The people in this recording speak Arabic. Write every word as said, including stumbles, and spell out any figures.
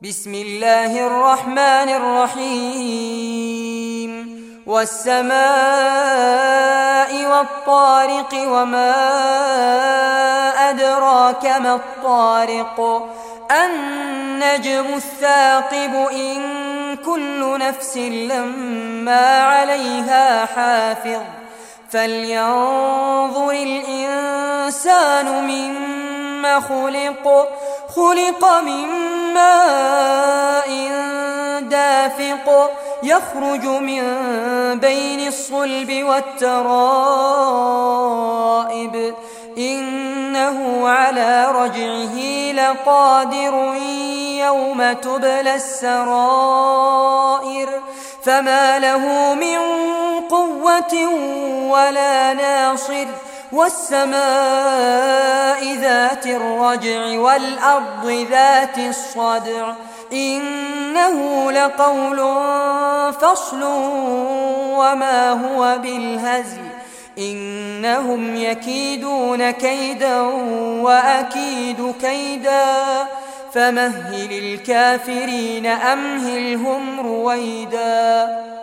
بسم الله الرحمن الرحيم والسماء والطارق وما أدراك ما الطارق النجم الثاقب إن كل نفس لما عليها حافظ فلينظر الإنسان مما خلق خلق من ماء دافق يخرج من بين الصلب والترائب إنه على رجعه لقادر يوم تبلى السرائر فما له من قوة ولا ناصر والسماء ذات الرجع والأرض ذات الصدع إنه لقول فصل وما هو بالهزل إنهم يكيدون كيدا وأكيد كيدا فمهل الكافرين أمهلهم رويدا.